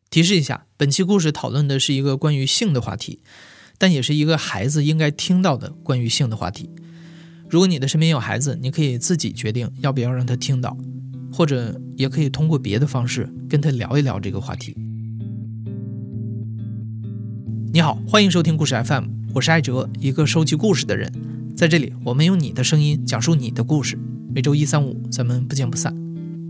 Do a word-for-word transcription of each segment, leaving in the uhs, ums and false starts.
提示一下，本期故事讨论的是一个关于性的话题，但也是一个孩子应该听到的关于性的话题。如果你的身边有孩子，你可以自己决定要不要让他听到，或者也可以通过别的方式跟他聊一聊这个话题。你好，欢迎收听故事 F M， 我是艾哲，一个收集故事的人。在这里，我们用你的声音讲述你的故事。每周一、三、五，咱们不见不散。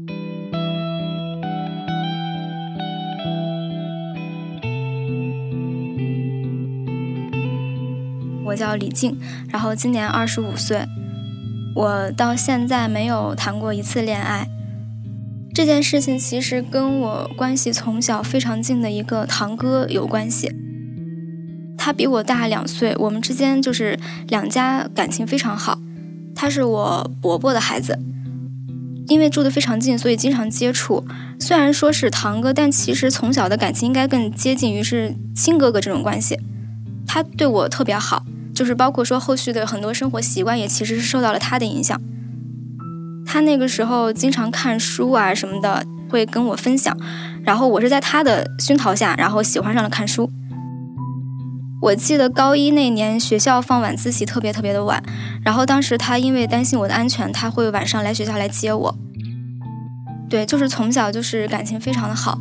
我叫李静，然后今年二十五岁，我到现在没有谈过一次恋爱。这件事情其实跟我关系从小非常近的一个堂哥有关系。他比我大两岁，我们之间就是两家感情非常好。他是我伯伯的孩子，因为住得非常近，所以经常接触。虽然说是堂哥，但其实从小的感情应该更接近于是亲哥哥这种关系。他对我特别好，就是包括说后续的很多生活习惯也其实是受到了他的影响。他那个时候经常看书啊什么的，会跟我分享，然后我是在他的熏陶下，然后喜欢上了看书。我记得高一那年学校放晚自习特别特别的晚，然后当时他因为担心我的安全，他会晚上来学校来接我。对，就是从小就是感情非常的好。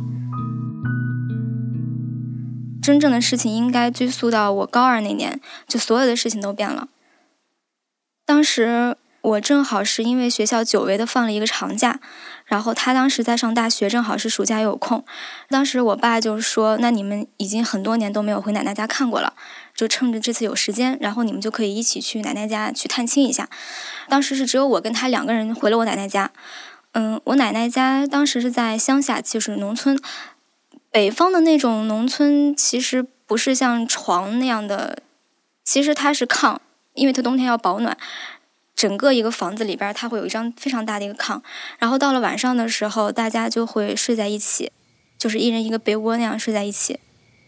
真正的事情应该追溯到我高二那年，就所有的事情都变了。当时我正好是因为学校久违的放了一个长假，然后他当时在上大学，正好是暑假有空。当时我爸就说，那你们已经很多年都没有回奶奶家看过了，就趁着这次有时间，然后你们就可以一起去奶奶家去探亲一下。当时是只有我跟他两个人回了我奶奶家。嗯，我奶奶家当时是在乡下，就是农村。北方的那种农村其实不是像床那样的，其实它是炕，因为它冬天要保暖。整个一个房子里边它会有一张非常大的一个炕，然后到了晚上的时候大家就会睡在一起，就是一人一个被窝那样睡在一起。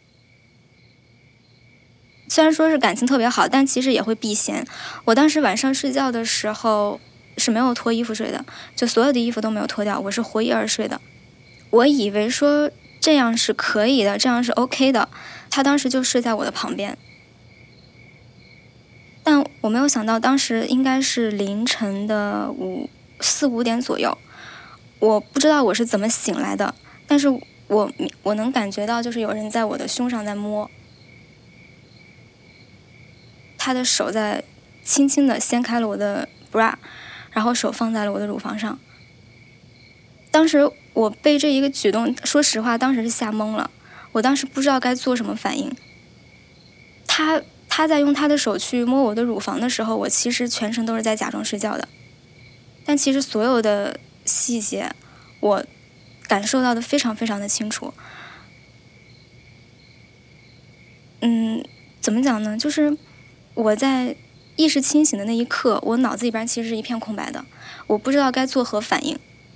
虽然说是感情特别好，但其实也会避嫌。我当时晚上睡觉的时候是没有脱衣服睡的，就所有的衣服都没有脱掉，我是活衣而睡的。我以为说这样是可以的，这样是 OK 的，他当时就睡在我的旁边。但我没有想到当时应该是凌晨的五四五点左右，我不知道我是怎么醒来的，但是我我能感觉到就是有人在我的胸上在摸，他的手在轻轻地掀开了我的 bra， 然后手放在了我的乳房上。当时我被这一个举动，说实话当时是吓懵了，我当时不知道该做什么反应。他他在用他的手去摸我的乳房的时候，我其实全程都是在假装睡觉的，但其实所有的细节我感受到的非常非常的清楚。嗯，怎么讲呢，就是我在意识清醒的那一刻，我脑子里边其实是一片空白的，我不知道该作何反应。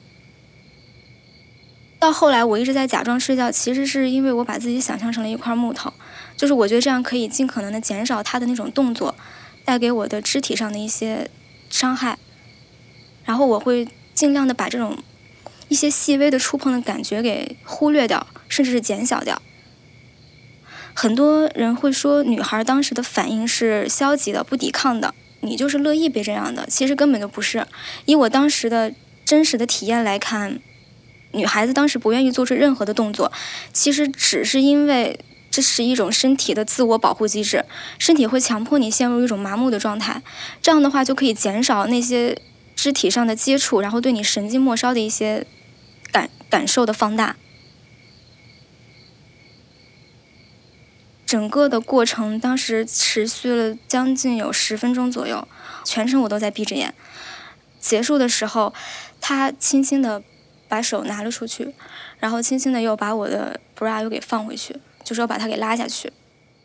到后来我一直在假装睡觉，其实是因为我把自己想象成了一块木头，就是我觉得这样可以尽可能的减少他的那种动作带给我的肢体上的一些伤害，然后我会尽量的把这种一些细微的触碰的感觉给忽略掉，甚至是减小掉。很多人会说女孩当时的反应是消极的、不抵抗的，你就是乐意被这样的，其实根本就不是。以我当时的真实的体验来看，女孩子当时不愿意做出任何的动作，其实只是因为这是一种身体的自我保护机制，身体会强迫你陷入一种麻木的状态，这样的话就可以减少那些肢体上的接触，然后对你神经末梢的一些感感受的放大。整个的过程当时持续了将近有十分钟左右，全程我都在闭着眼。结束的时候，他轻轻的把手拿了出去，然后轻轻的又把我的 bra 又给放回去，就是要把它给拉下去。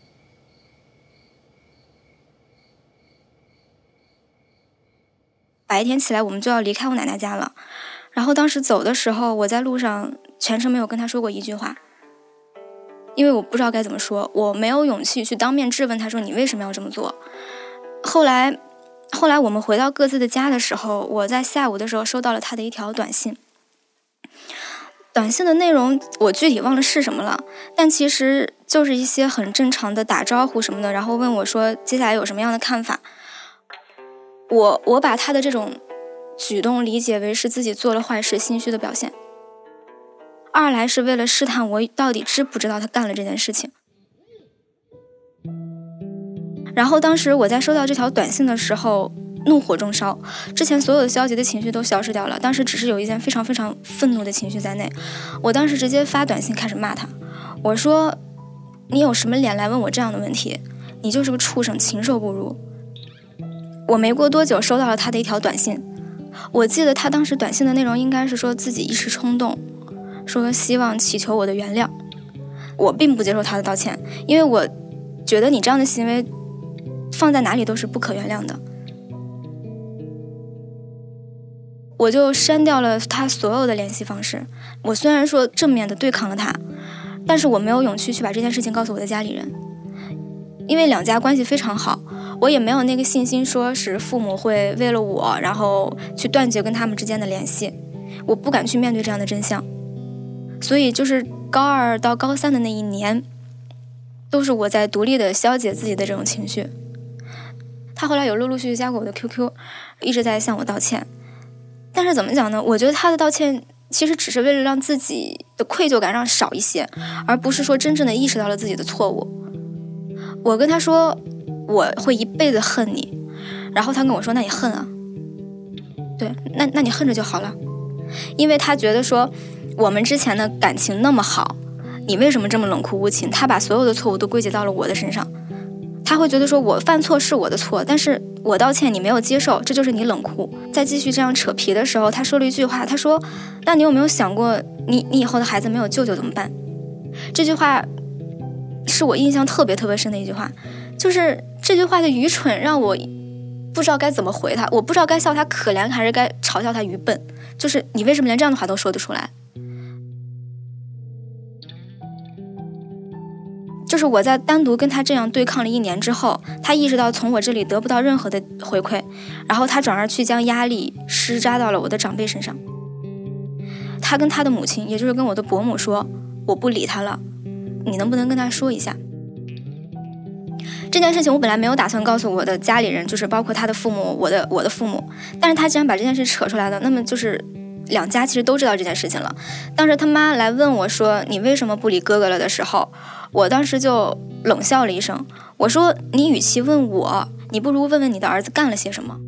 白天起来我们就要离开我奶奶家了，然后当时走的时候，我在路上全程没有跟他说过一句话，因为我不知道该怎么说，我没有勇气去当面质问他说你为什么要这么做。后来后来我们回到各自的家的时候，我在下午的时候收到了他的一条短信。 短信的内容我具体忘了是什么了，但其实就是一些很正常的打招呼什么的，然后问我说接下来有什么样的看法。我我把他的这种举动理解为是自己做了坏事心虚的表现，二来是为了试探我到底知不知道他干了这件事情。然后当时我在收到这条短信的时候怒火中烧，之前所有的消极的情绪都消失掉了，当时只是有一件非常非常愤怒的情绪在内。我当时直接发短信开始骂他，我说你有什么脸来问我这样的问题，你就是个畜生，禽兽不如。我没过多久收到了他的一条短信，我记得他当时短信的内容应该是说自己一时冲动，说希望祈求我的原谅。我并不接受他的道歉，因为我觉得你这样的行为放在哪里都是不可原谅的。我就删掉了他所有的联系方式。我虽然说正面的对抗了他，但是我没有勇气去把这件事情告诉我的家里人，因为两家关系非常好，我也没有那个信心说是父母会为了我然后去断绝跟他们之间的联系，我不敢去面对这样的真相。所以就是高二到高三的那一年，都是我在独立的消解自己的这种情绪。他后来有陆陆续续加过我的 Q Q， 一直在向我道歉。但是怎么讲呢，我觉得他的道歉其实只是为了让自己的愧疚感让少一些，而不是说真正的意识到了自己的错误。我跟他说我会一辈子恨你，然后他跟我说那你恨啊，对，那那你恨着就好了。因为他觉得说我们之前的感情那么好，你为什么这么冷酷无情，他把所有的错误都归结到了我的身上。他会觉得说我犯错是我的错，但是我道歉你没有接受，这就是你冷酷。在继续这样扯皮的时候，他说了一句话，他说那你有没有想过你你以后的孩子没有舅舅怎么办。这句话是我印象特别特别深的一句话，就是这句话的愚蠢让我不知道该怎么回他，我不知道该笑他可怜还是该嘲笑他愚笨，就是你为什么连这样的话都说得出来。就是我在单独跟他这样对抗了一年之后，他意识到从我这里得不到任何的回馈，然后他转而去将压力施加到了我的长辈身上。他跟他的母亲，也就是跟我的伯母说，我不理他了，你能不能跟他说一下。这件事情我本来没有打算告诉我的家里人，就是包括他的父母，我的我的父母，但是他既然把这件事扯出来了，那么就是两家其实都知道这件事情了。当时他妈来问我说你为什么不理哥哥了的时候，我当时就冷笑了一声，我说你与其问我，你不如问问你的儿子干了些什么。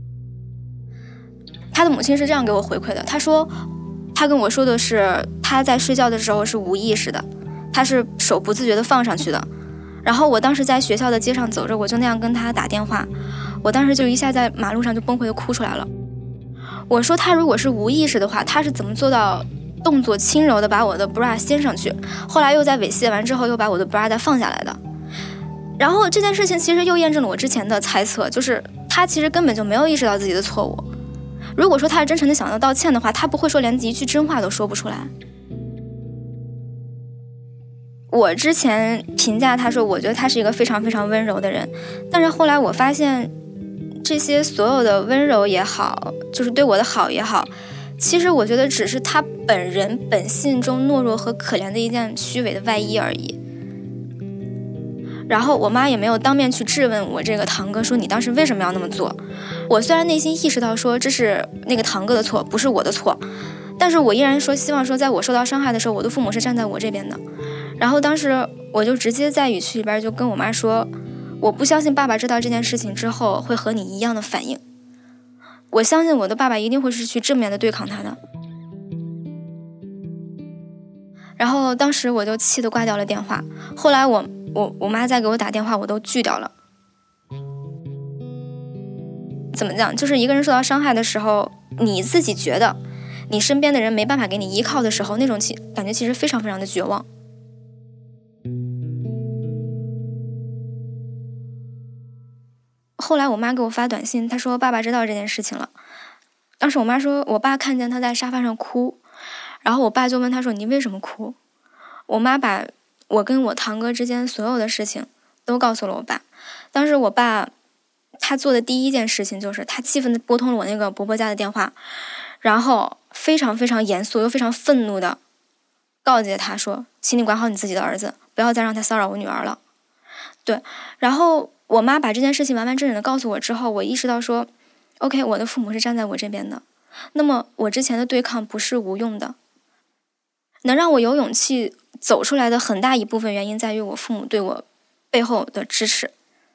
他的母亲是这样给我回馈的，他说他跟我说的是他在睡觉的时候是无意识的，他是手不自觉的放上去的。然后我当时在学校的街上走着，我就那样跟他打电话，我当时就一下在马路上就崩溃的哭出来了。我说他如果是无意识的话，他是怎么做到动作轻柔的把我的 bra 掀上去，后来又在猥亵完之后又把我的 bra 再放下来的。然后这件事情其实又验证了我之前的猜测，就是他其实根本就没有意识到自己的错误。如果说他是真诚的想要道歉的话，他不会说连一句真话都说不出来。我之前评价他说我觉得他是一个非常非常温柔的人，但是后来我发现这些所有的温柔也好，就是对我的好也好，其实我觉得只是他本人本性中懦弱和可怜的一件虚伪的外衣而已。然后我妈也没有当面去质问我这个堂哥说你当时为什么要那么做。我虽然内心意识到说这是那个堂哥的错，不是我的错，但是我依然说希望说在我受到伤害的时候，我的父母是站在我这边的。然后当时我就直接在语气里边就跟我妈说，我不相信爸爸知道这件事情之后会和你一样的反应，我相信我的爸爸一定会是去正面的对抗他的。然后当时我就气得挂掉了电话，后来我我我妈再给我打电话我都拒掉了。怎么讲，就是一个人受到伤害的时候，你自己觉得你身边的人没办法给你依靠的时候，那种其感觉其实非常非常的绝望。后来我妈给我发短信，她说爸爸知道这件事情了。当时我妈说我爸看见他在沙发上哭，然后我爸就问他说你为什么哭。我妈把我跟我堂哥之间所有的事情都告诉了我爸。当时我爸他做的第一件事情就是他气愤地拨通了我那个伯伯家的电话，然后非常非常严肃又非常愤怒的告诫他说，请你管好你自己的儿子，不要再让他骚扰我女儿了。对，然后我妈把这件事情完完整整的告诉我之后，我意识到说 OK， 我的父母是站在我这边的，那么我之前的对抗不是无用的。能让我有勇气走出来的很大一部分原因在于我父母对我背后的支持。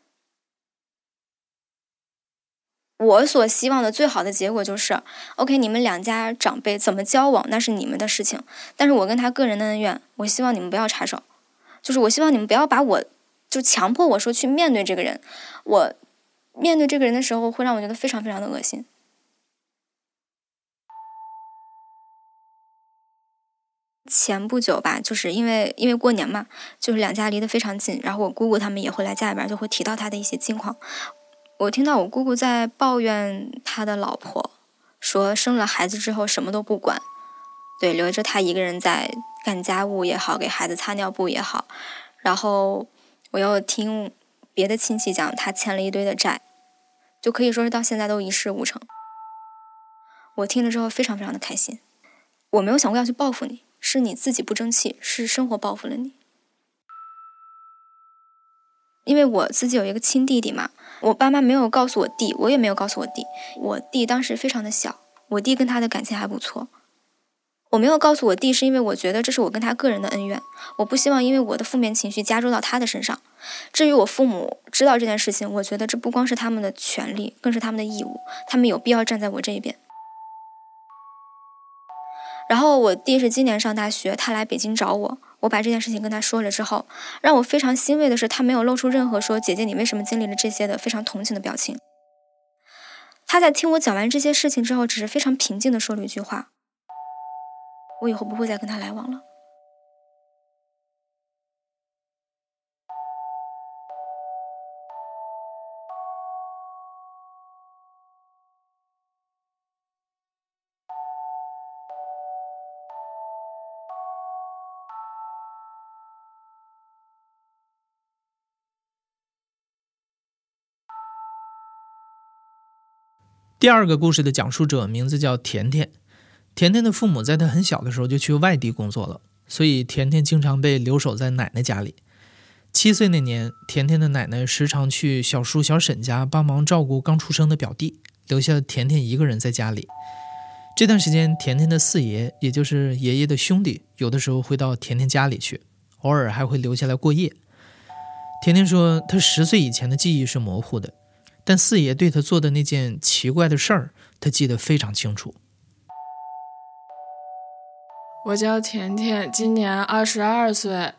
我所希望的最好的结果就是 OK， 你们两家长辈怎么交往那是你们的事情，但是我跟他个人的恩怨，我希望你们不要插手，就是我希望你们不要把我就强迫我说去面对这个人，我面对这个人的时候会让我觉得非常非常的恶心。前不久吧，就是因为因为过年嘛，就是两家离得非常近，然后我姑姑他们也会来家里边，就会提到他的一些近况。我听到我姑姑在抱怨他的老婆，说生了孩子之后什么都不管，对，留着他一个人在干家务也好，给孩子擦尿布也好。然后我又听别的亲戚讲他欠了一堆的债，就可以说是到现在都一事无成。我听了之后非常非常的开心，我没有想过要去报复你，是你自己不争气，是生活报复了你。因为我自己有一个亲弟弟嘛，我爸妈没有告诉我弟，我也没有告诉我弟。我弟当时非常的小，我弟跟他的感情还不错。我没有告诉我弟是因为我觉得这是我跟他个人的恩怨，我不希望因为我的负面情绪加诸到他的身上。至于我父母知道这件事情，我觉得这不光是他们的权利，更是他们的义务，他们有必要站在我这一边。然后我弟是今年上大学，他来北京找我，我把这件事情跟他说了之后，让我非常欣慰的是，他没有露出任何说姐姐你为什么经历了这些的非常同情的表情。他在听我讲完这些事情之后，只是非常平静的说了一句话，我以后不会再跟他来往了。 第二个故事的讲述者名字叫甜甜。甜甜的父母在她很小的时候就去外地工作了，所以甜甜经常被留守在奶奶家里。七岁那年，甜甜的奶奶时常去小叔小婶家帮忙照顾刚出生的表弟，留下甜甜一个人在家里。这段时间，甜甜的四爷，也就是爷爷的兄弟，有的时候会到甜甜家里去，偶尔还会留下来过夜。甜甜说，她十岁以前的记忆是模糊的，但四爷对他做的那件奇怪的事儿，他记得非常清楚。 我叫甜甜，今年二十二岁。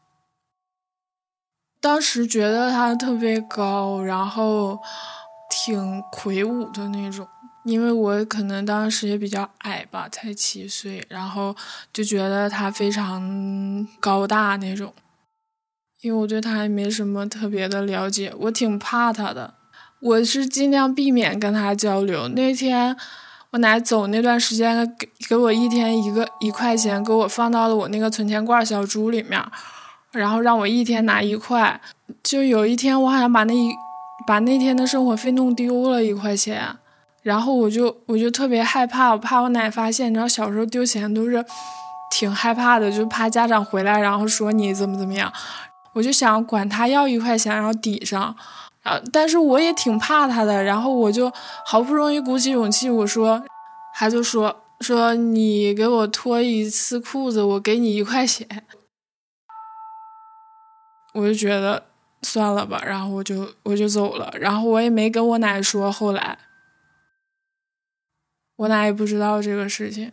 当时觉得他特别高，然后挺魁梧的那种，因为我可能当时也比较矮吧，才七岁，然后就觉得他非常高大那种。因为我对他也没什么特别的了解，我挺怕他的。我是尽量避免跟他交流。那天我奶走那段时间给给我一天一个一块钱，给我放到了我那个存钱罐小猪里面，然后让我一天拿一块。就有一天我好像把那一把那天的生活费弄丢了一块钱，然后我就我就特别害怕，我怕我奶发现。你知道小时候丢钱都是挺害怕的，就怕家长回来然后说你怎么怎么样。我就想管他要一块钱然后抵上，但是我也挺怕他的，然后我就好不容易鼓起勇气，我说，他就说说你给我脱一次裤子，我给你一块钱。我就觉得算了吧，然后我就我就走了，然后我也没跟我奶说，后来我奶也不知道这个事情。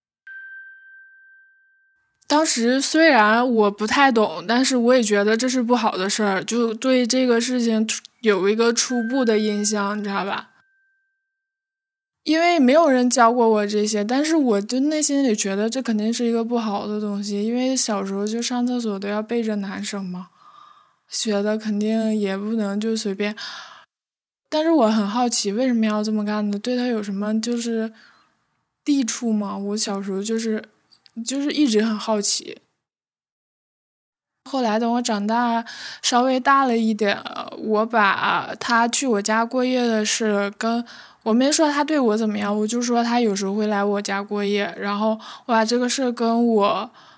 当时虽然我不太懂，但是我也觉得这是不好的事儿，就对这个事情有一个初步的印象，你知道吧？因为没有人教过我这些，但是我就内心里觉得这肯定是一个不好的东西，因为小时候就上厕所都要背着男生嘛，学的肯定也不能就随便。但是我很好奇为什么要这么干的，对他有什么就是抵触吗？我小时候就是就是一直很好奇。后来等我长大稍微大了一点，我把他去我家过夜的事跟我没说他对我怎么样，我就说他有时候会来我家过夜，然后我把这个事跟我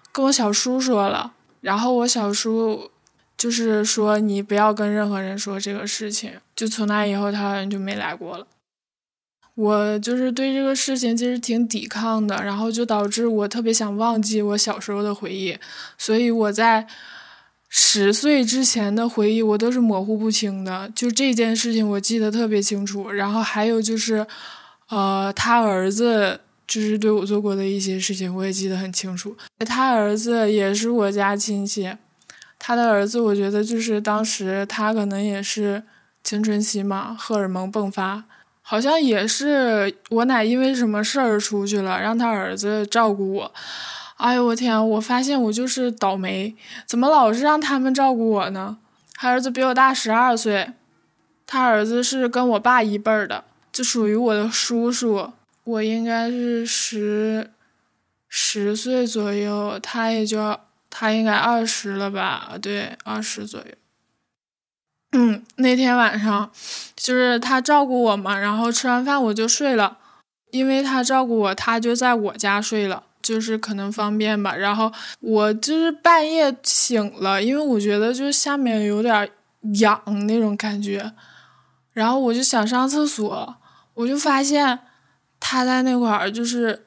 跟我小叔说了，然后我小叔就是说你不要跟任何人说这个事情，就从那以后他好像就没来过了。我就是对这个事情其实挺抵抗的，然后就导致我特别想忘记我小时候的回忆，所以我在十岁之前的回忆我都是模糊不清的，就这件事情我记得特别清楚。然后还有就是呃，他儿子就是对我做过的一些事情我也记得很清楚。他儿子也是我家亲戚，他的儿子我觉得就是当时他可能也是青春期嘛，荷尔蒙迸发，好像也是我奶因为什么事儿出去了，让他儿子照顾我。哎呦我天，我发现我就是倒霉，怎么老是让他们照顾我呢？他儿子比我大十二岁，他儿子是跟我爸一辈儿的，就属于我的叔叔。我应该是十十岁左右，他也就他应该二十了吧？对，二十左右。嗯，那天晚上就是他照顾我嘛，然后吃完饭我就睡了，因为他照顾我，他就在我家睡了，就是可能方便吧。然后我就是半夜醒了，因为我觉得就是下面有点痒那种感觉，然后我就想上厕所，我就发现他在那块儿就是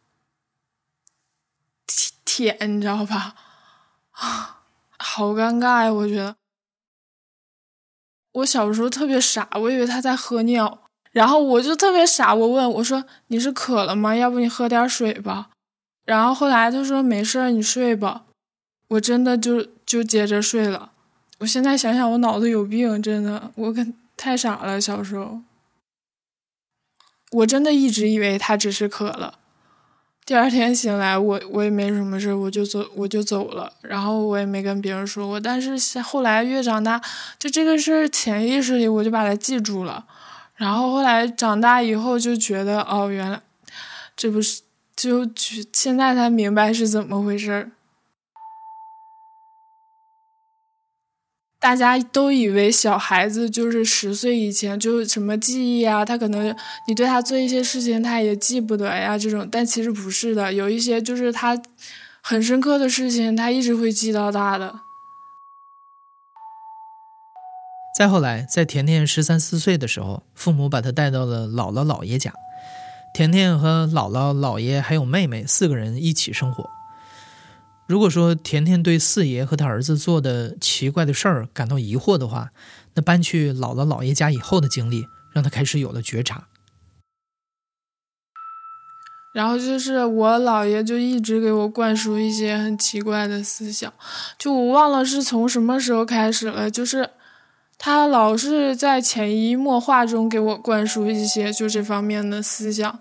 舔，你知道吧？啊，好尴尬呀，我觉得。我小时候特别傻，我以为他在喝尿，然后我就特别傻，我问我说你是渴了吗？要不你喝点水吧。然后后来他说没事你睡吧，我真的就就接着睡了。我现在想想我脑子有病，真的，我可太傻了。小时候我真的一直以为他只是渴了。第二天醒来，我我也没什么事，我就走我就走了，然后我也没跟别人说过。但是后来越长大，就这个事儿潜意识里我就把它记住了。然后后来长大以后就觉得，哦，原来这不是就现在才明白是怎么回事儿。大家都以为小孩子就是十岁以前就什么记忆啊，他可能你对他做一些事情他也记不得呀这种，但其实不是的，有一些就是他很深刻的事情他一直会记到大的。 再后来在甜甜十三四岁的时候，父母把她带到了姥姥姥爷家，甜甜和姥姥姥爷还有妹妹四个人一起生活。如果说甜甜对四爷和他儿子做的奇怪的事儿感到疑惑的话，那搬去姥姥姥爷家以后的经历让他开始有了觉察。 然后就是我姥爷就一直给我灌输一些很奇怪的思想，就我忘了是从什么时候开始了，就是他老是在潜移默化中给我灌输一些就这方面的思想。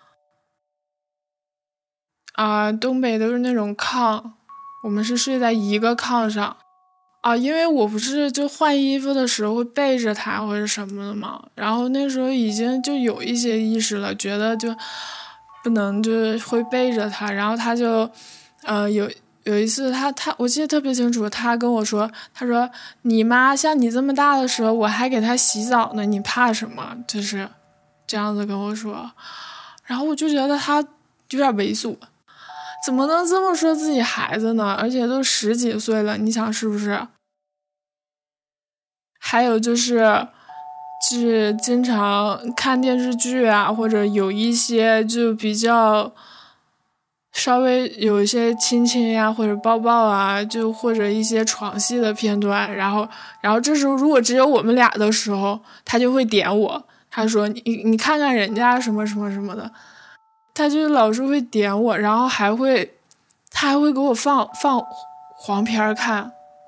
啊、呃，东北都是那种炕，我们是睡在一个炕上啊，因为我不是就换衣服的时候会背着他或者什么的嘛，然后那时候已经就有一些意识了，觉得就不能就是会背着他，然后他就呃有有一次他他我记得特别清楚，他跟我说，他说你妈像你这么大的时候我还给她洗澡呢，你怕什么？就是这样子跟我说，然后我就觉得他有点猥琐。怎么能这么说自己孩子呢？而且都十几岁了，你想是不是？还有就是，就是经常看电视剧啊，或者有一些就比较稍微有一些亲亲呀，或者抱抱啊，就或者一些床戏的片段，然后，然后这时候如果只有我们俩的时候，他就会点我，他说你你看看人家什么什么什么的。他就老是会点我，然后还会他还会给我放放黄片看。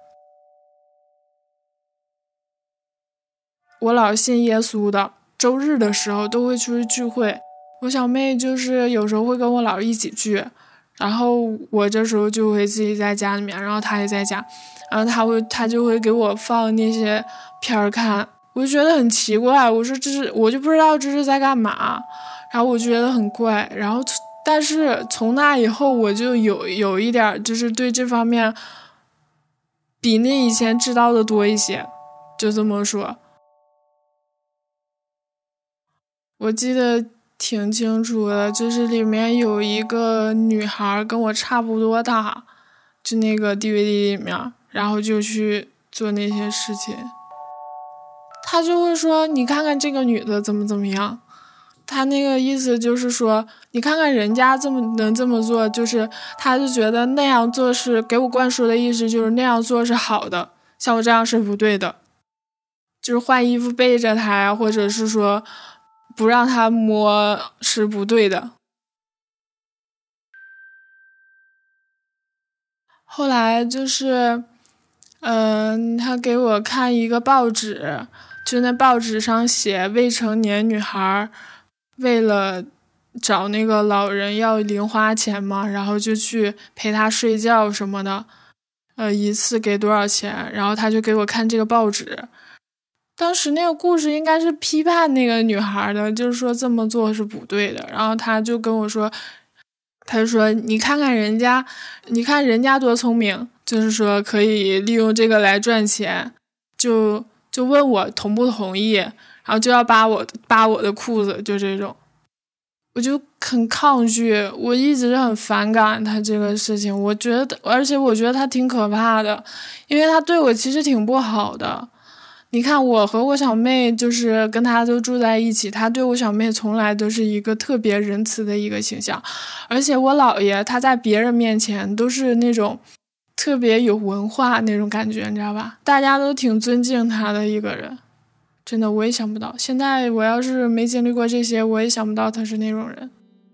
我老信耶稣的，周日的时候都会出去聚会，我小妹就是有时候会跟我姥一起聚，然后我这时候就会自己在家里面，然后她也在家，然后她会她就会给我放那些片看，我就觉得很奇怪，我说这是我就不知道这是在干嘛，然后我就觉得很怪，然后但是从那以后我就有有一点就是对这方面比那以前知道的多一些，就这么说。我记得挺清楚的，就是里面有一个女孩跟我差不多大， 就那个 D V D 里面，然后就去做那些事情。他就会说你看看这个女的怎么怎么样，他那个意思就是说你看看人家这么能这么做，就是他就觉得那样做是给我灌输的意思，就是那样做是好的，像我这样是不对的，就是换衣服背着他呀，或者是说不让他摸是不对的。后来就是嗯、呃，他给我看一个报纸，就那报纸上写未成年女孩为了找那个老人要零花钱嘛，然后就去陪他睡觉什么的，呃，一次给多少钱，然后他就给我看这个报纸。当时那个故事应该是批判那个女孩的，就是说这么做是不对的，然后他就跟我说，他就说你看看人家，你看人家多聪明，就是说可以利用这个来赚钱，就就问我同不同意，然后就要扒我扒我的裤子，就这种。我就很抗拒，我一直很反感他这个事情，我觉得，而且我觉得他挺可怕的，因为他对我其实挺不好的。你看我和我小妹就是跟他都住在一起，他对我小妹从来都是一个特别仁慈的一个形象，而且我姥爷他在别人面前都是那种特别有文化那种感觉，你知道吧，大家都挺尊敬他的一个人。真的我也想不到，现在我要是没经历过这些，我也想不到他是那种人。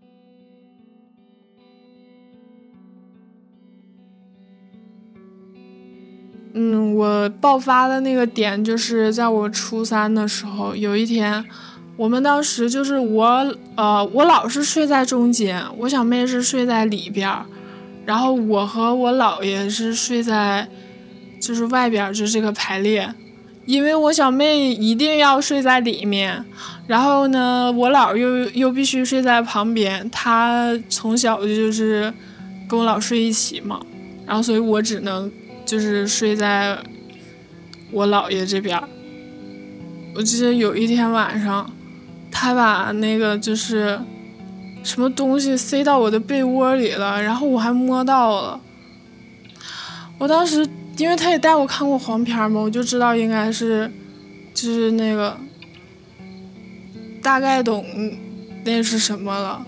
嗯，我爆发的那个点就是在我初三的时候，有一天我们当时就是我呃，我老是睡在中间，我小妹是睡在里边，然后我和我姥爷是睡在就是外边，就这个排列。因为我小妹一定要睡在里面，然后呢我姥又又必须睡在旁边，她从小就是跟我姥睡一起嘛，然后所以我只能就是睡在我姥爷这边。我记得有一天晚上他把那个就是什么东西塞到我的被窝里了，然后我还摸到了。我当时因为他也带我看过黄片嘛，我就知道应该是就是那个大概懂那是什么了。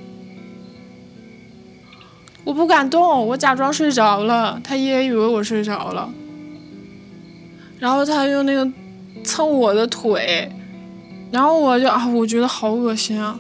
我不敢动，我假装睡着了，他也以为我睡着了，然后他用那个蹭我的腿，然后我就啊，我觉得好恶心啊，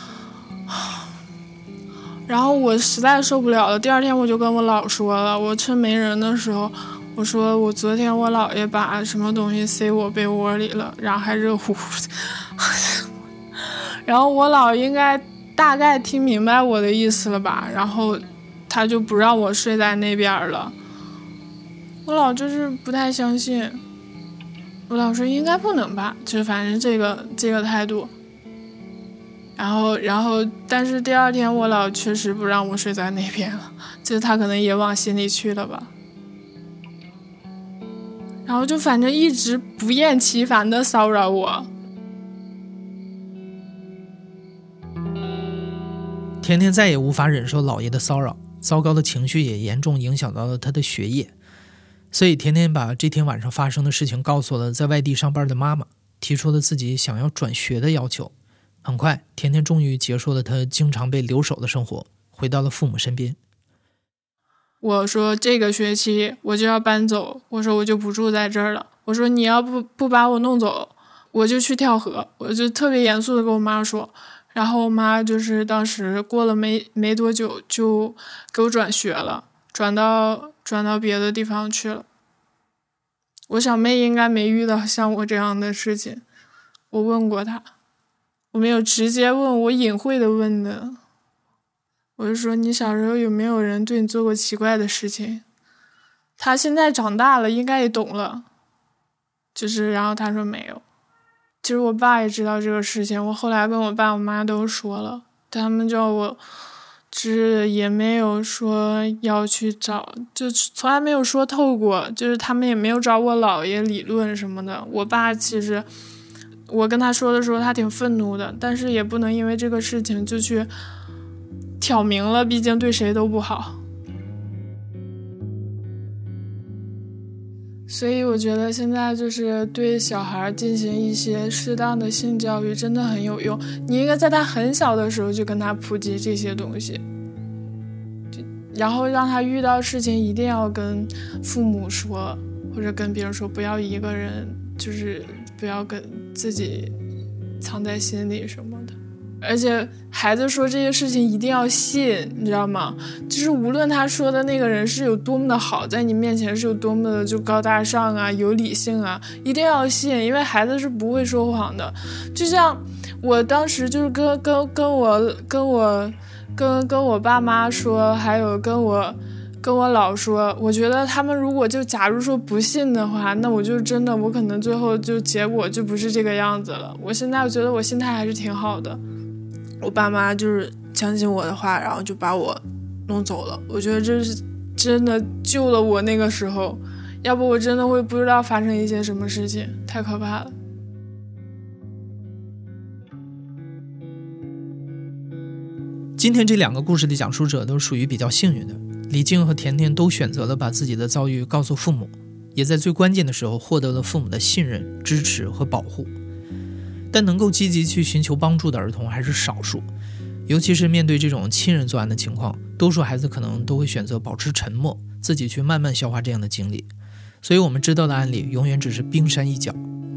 然后我实在受不了了，第二天我就跟我姥说了，我趁没人的时候我说我昨天我姥爷把什么东西塞我被窝里了，然后还热乎乎的然后我姥应该大概听明白我的意思了吧，然后他就不让我睡在那边了。我姥就是不太相信，我姥说应该不能吧，就是反正这个这个态度。然后然后但是第二天我姥确实不让我睡在那边了，就是他可能也往心里去了吧。然后就反正一直不厌其烦的骚扰我。 甜甜再也无法忍受姥爷的骚扰，糟糕的情绪也严重影响到了他的学业，所以甜甜把这天晚上发生的事情告诉了在外地上班的妈妈，提出了自己想要转学的要求。很快，甜甜终于结束了她经常被留守的生活，回到了父母身边。 我说这个学期我就要搬走，我说我就不住在这儿了，我说你要不不把我弄走，我就去跳河，我就特别严肃的跟我妈说。然后我妈就是当时过了没没多久就给我转学了，转到转到别的地方去了。我小妹应该没遇到像我这样的事情，我问过她，我没有直接问，我隐晦的问的。我就说你小时候有没有人对你做过奇怪的事情？她现在长大了应该也懂了，就是然后她说没有。其实我爸也知道这个事情，我后来跟我爸我妈都说了，他们叫我就是也没有说要去找，就从来没有说透过，就是他们也没有找我姥爷理论什么的。我爸其实我跟他说的时候他挺愤怒的，但是也不能因为这个事情就去挑明了，毕竟对谁都不好。 所以我觉得现在就是对小孩进行一些适当的性教育真的很有用，你应该在他很小的时候就跟他普及这些东西，然后让他遇到事情一定要跟父母说，或者跟别人说，不要一个人，就是不要跟自己藏在心里什么的。而且孩子说这些事情一定要信，你知道吗？就是无论他说的那个人是有多么的好，在你面前是有多么的就高大上啊，有理性啊，一定要信，因为孩子是不会说谎的。就像我当时就是跟跟跟我跟我跟跟我爸妈说，还有跟我跟我老说，我觉得他们如果就假如说不信的话，那我就真的我可能最后就结果就不是这个样子了。我现在我觉得我心态还是挺好的，我爸妈就是相信我的话，然后就把我弄走了。我觉得这是真的救了我那个时候，要不我真的会不知道发生一些什么事情，太可怕了。 今天这两个故事的讲述者都属于比较幸运的，李静和甜甜都选择了把自己的遭遇告诉父母，也在最关键的时候获得了父母的信任、支持和保护。但能够积极去寻求帮助的儿童还是少数，尤其是面对这种亲人作案的情况，多数孩子可能都会选择保持沉默，自己去慢慢消化这样的经历。所以我们知道的案例永远只是冰山一角。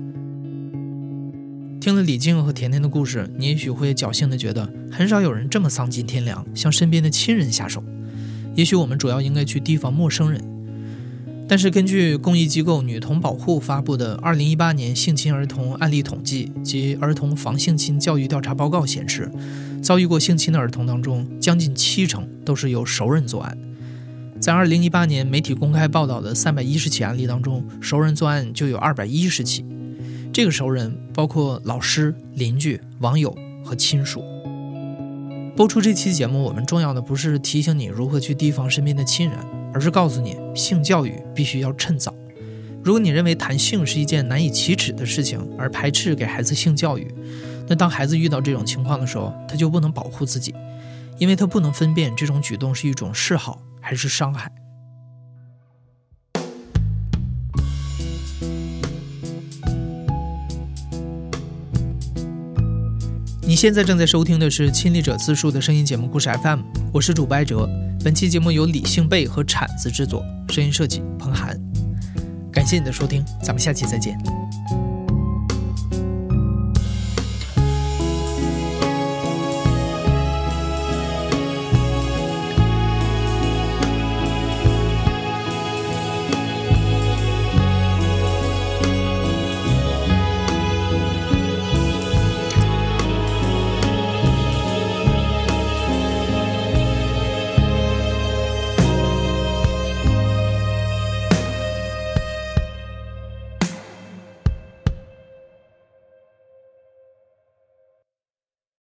听了李静和甜甜的故事，你也许会侥幸地觉得很少有人这么丧尽天良，向身边的亲人下手。也许我们主要应该去提防陌生人。但是根据公益机构女童保护发布的二零一八年性侵儿童案例统计及儿童防性侵教育调查报告显示，遭遇过性侵的儿童当中，将近七成都是由熟人作案。在二零一八年媒体公开报道的三百一十起案例当中，熟人作案就有二百一十起。这个熟人包括老师、邻居、网友和亲属。播出这期节目，我们重要的不是提醒你如何去提防身边的亲人，而是告诉你性教育必须要趁早。如果你认为谈性是一件难以启齿的事情，而排斥给孩子性教育，那当孩子遇到这种情况的时候，他就不能保护自己，因为他不能分辨这种举动是一种示好还是伤害。你现在正在收听的是亲历者自述的声音节目故事 F M， 我是主播艾哲。本期节目由李幸贝和铲子制作，声音设计彭涵。感谢你的收听，咱们下期再见。